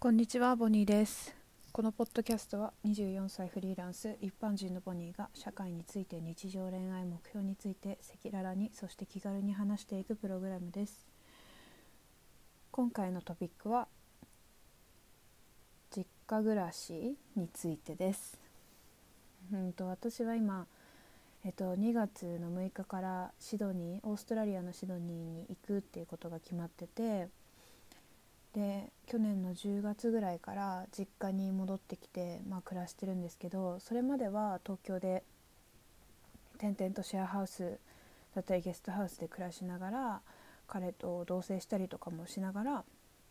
こんにちは、ボニーです。このポッドキャストは24歳フリーランス一般人のボニーが社会について、日常、恋愛、目標について赤裸々に、そして気軽に話していくプログラムです。今回のトピックは実家暮らしについてです。私は今、2月の6日からオーストラリアのシドニーに行くっていうことが決まってて、で去年の10月ぐらいから実家に戻ってきて、暮らしてるんですけど、それまでは東京で転々とシェアハウスだったりゲストハウスで暮らしながら、彼と同棲したりとかもしながら、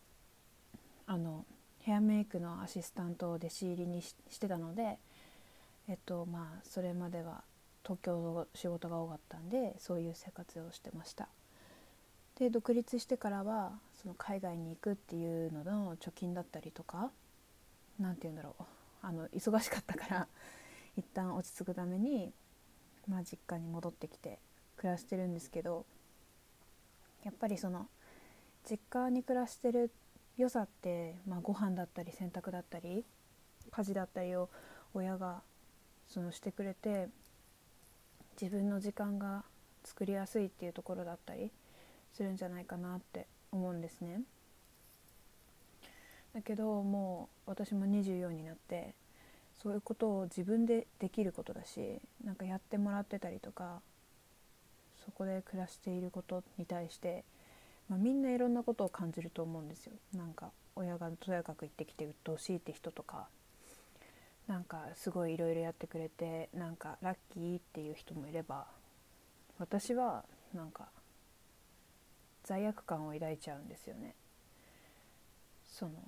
ヘアメイクのアシスタントを弟子入りにしてたので、それまでは東京の仕事が多かったんで、そういう生活をしてました。で独立してからはその海外に行くっていうのの貯金だったりとか、なんていうんだろう、忙しかったから一旦落ち着くために、実家に戻ってきて暮らしてるんですけど、やっぱりその実家に暮らしてる良さって、ご飯だったり洗濯だったり家事だったりを親がしてくれて、自分の時間が作りやすいっていうところだったりするんじゃないかなって思うんですね。だけどもう私も24になって、そういうことを自分でできることだし、なんかやってもらってたりとか、そこで暮らしていることに対して、みんないろんなことを感じると思うんですよ。なんか親がとやかく言ってきて鬱陶しいって人とか、なんかすごいいろいろやってくれてなんかラッキーっていう人もいれば、私はなんか罪悪感を抱いちゃうんですよね。その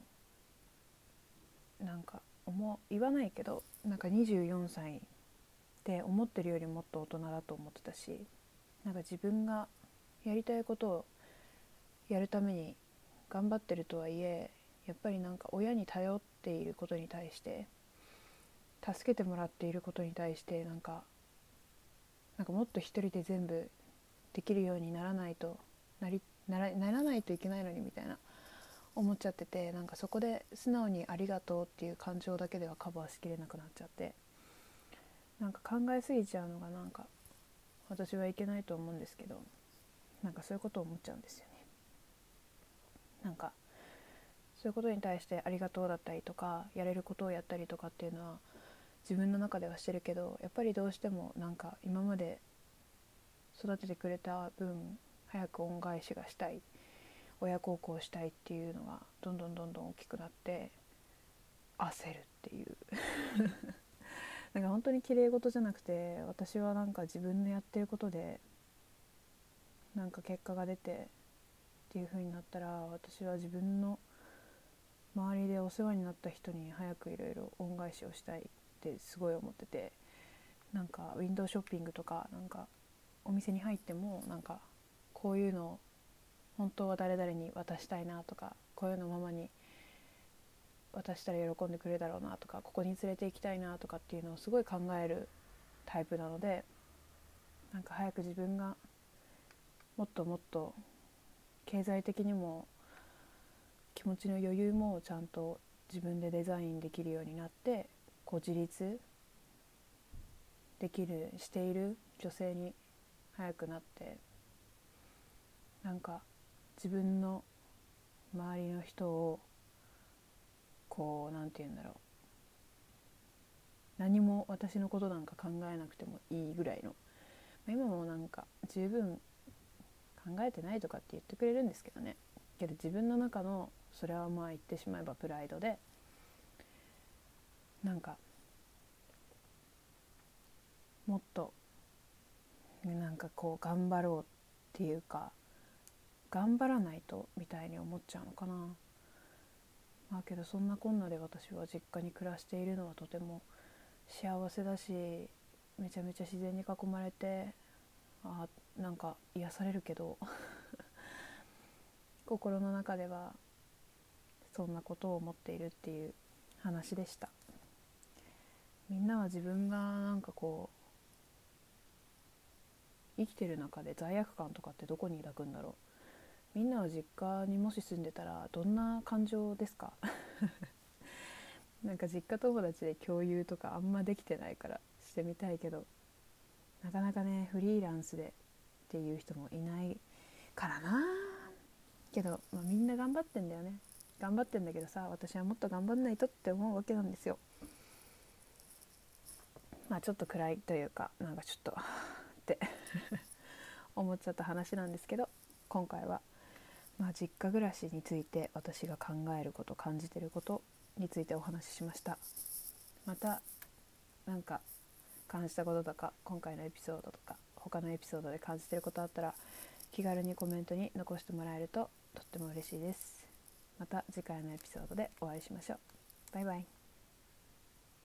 なんか言わないけど、なんか24歳って思ってるよりもっと大人だと思ってたし、なんか自分がやりたいことをやるために頑張ってるとはいえ、やっぱりなんか親に頼っていることに対して、助けてもらっていることに対して、なんかもっと一人で全部できるようにならないとならないといけないのにみたいな思っちゃってて、なんかそこで素直にありがとうっていう感情だけではカバーしきれなくなっちゃって、なんか考えすぎちゃうのがなんか私はいけないと思うんですけど、なんかそういうことを思っちゃうんですよね。なんかそういうことに対してありがとうだったりとか、やれることをやったりとかっていうのは自分の中ではしてるけど、やっぱりどうしてもなんか今まで育ててくれた分早く恩返しがしたい、親孝行したいっていうのがどんどんどんどん大きくなって焦るっていう、なんか本当に綺麗事じゃなくて、私はなんか自分のやってることでなんか結果が出てっていう風になったら、私は自分の周りでお世話になった人に早くいろいろ恩返しをしたいってすごい思ってて、なんかウィンドウショッピングとか、なんかお店に入っても、なんかこういうの本当は誰々に渡したいなとか、こういうのママに渡したら喜んでくれるだろうなとか、ここに連れて行きたいなとかっていうのをすごい考えるタイプなので、なんか早く自分がもっともっと経済的にも気持ちの余裕もちゃんと自分でデザインできるようになって、自立している女性に早くなって、なんか自分の周りの人をなんて言うんだろう、何も私のことなんか考えなくてもいいぐらいの、今もなんか十分考えてないとかって言ってくれるんですけどね、けど自分の中のそれは言ってしまえばプライドで、なんかもっとなんか頑張ろうっていうか、頑張らないとみたいに思っちゃうのかな。けどそんなこんなで私は実家に暮らしているのはとても幸せだし、めちゃめちゃ自然に囲まれて、なんか癒されるけど心の中ではそんなことを思っているっていう話でした。みんなは自分がなんか生きてる中で罪悪感とかってどこに抱くんだろう。みんなは実家にもし住んでたらどんな感情ですか？ なんか実家友達で共有とかあんまできてないからしてみたいけど、なかなかねフリーランスでっていう人もいないからな。けど、みんな頑張ってんだよね。頑張ってんだけどさ、私はもっと頑張んないとって思うわけなんですよ。ちょっと暗いというか、なんかちょっとって思っちゃった話なんですけど、今回は実家暮らしについて私が考えること、感じてることについてお話ししました。またなんか感じたこととか、今回のエピソードとか他のエピソードで感じてることあったら気軽にコメントに残してもらえるととっても嬉しいです。また次回のエピソードでお会いしましょう。バイバイ。